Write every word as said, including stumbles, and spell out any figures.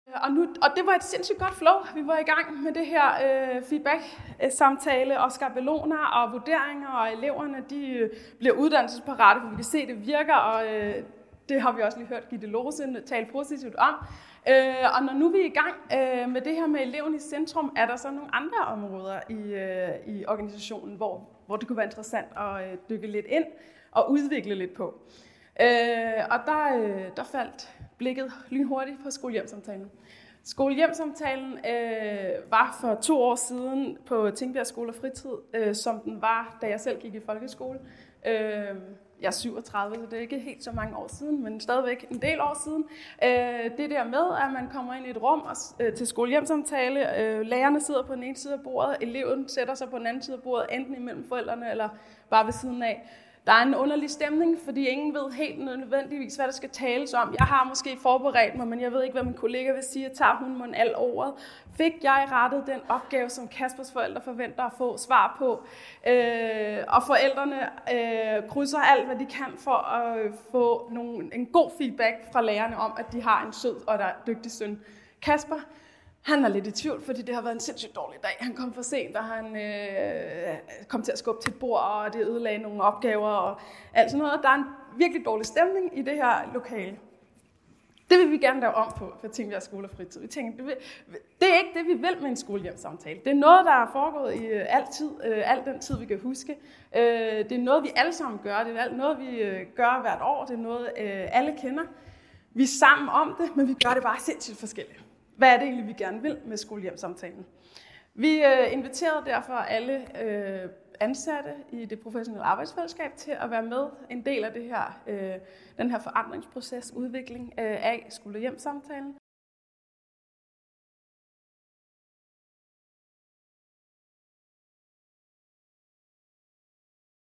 Og, nu, og det var et sindssygt godt flow. Vi var i gang med det her øh, feedback-samtale og skabeloner og vurderinger, og eleverne de øh, bliver uddannelsesparate, for vi kan se, at det virker, og øh, det har vi også lige hørt Gitte Lose tale positivt om. Øh, og når nu vi er i gang øh, med det her med eleven i centrum, er der så nogle andre områder i, øh, i organisationen, hvor, hvor det kunne være interessant at øh, dykke lidt ind og udvikle lidt på. Øh, og der, øh, der faldt blikket lynhurtigt på skole-hjem-samtalen. Skole-hjem-samtalen øh, var for to år siden på Tingbjerg Skole og Fritid, øh, som den var, da jeg selv gik i folkeskole. Øh, jeg er syvogtredive, så det er ikke helt så mange år siden, men stadigvæk en del år siden. Øh, det der med, at man kommer ind i et rum og, øh, til skole-hjem-samtale, øh, lærerne sidder på den ene side af bordet, eleven sætter sig på den anden side af bordet, enten imellem forældrene eller bare ved siden af. Der er en underlig stemning, fordi ingen ved helt nødvendigvis, hvad der skal tales om. Jeg har måske forberedt mig, men jeg ved ikke, hvad min kollega vil sige. Tager hun mig al ordet? Fik jeg rettet den opgave, som Kaspers forældre forventer at få svar på? Øh, og forældrene øh, krydser alt, hvad de kan for at få nogle, en god feedback fra lærerne om, at de har en sød og der dygtig søn. Kasper, han er lidt i tvivl, fordi det har været en sindssygt dårlig dag. Han kom for sent, og han øh, kom til at skubbe til et bord, og det ødelagde nogle opgaver og alt sådan noget. Der er en virkelig dårlig stemning i det her lokale. Det vil vi gerne lave om på for Tingbjerg Skole og Fritid. Vi tænker, det, vil, det er ikke det, vi vil med en skole-hjem-samtale. Det er noget, der er foregået i altid, øh, al den tid, vi kan huske. Øh, det er noget, vi alle sammen gør. Det er noget, vi øh, gør hvert år. Det er noget, øh, alle kender. Vi er sammen om det, men vi gør det bare sindssygt forskelligt. Hvad er det egentlig, vi gerne vil med skole-hjem-samtalen? Vi øh, inviterede derfor alle øh, ansatte i det professionelle arbejdsfællesskab til at være med en del af det her, øh, den her forandringsproces, udvikling øh, af skole-hjem-samtalen.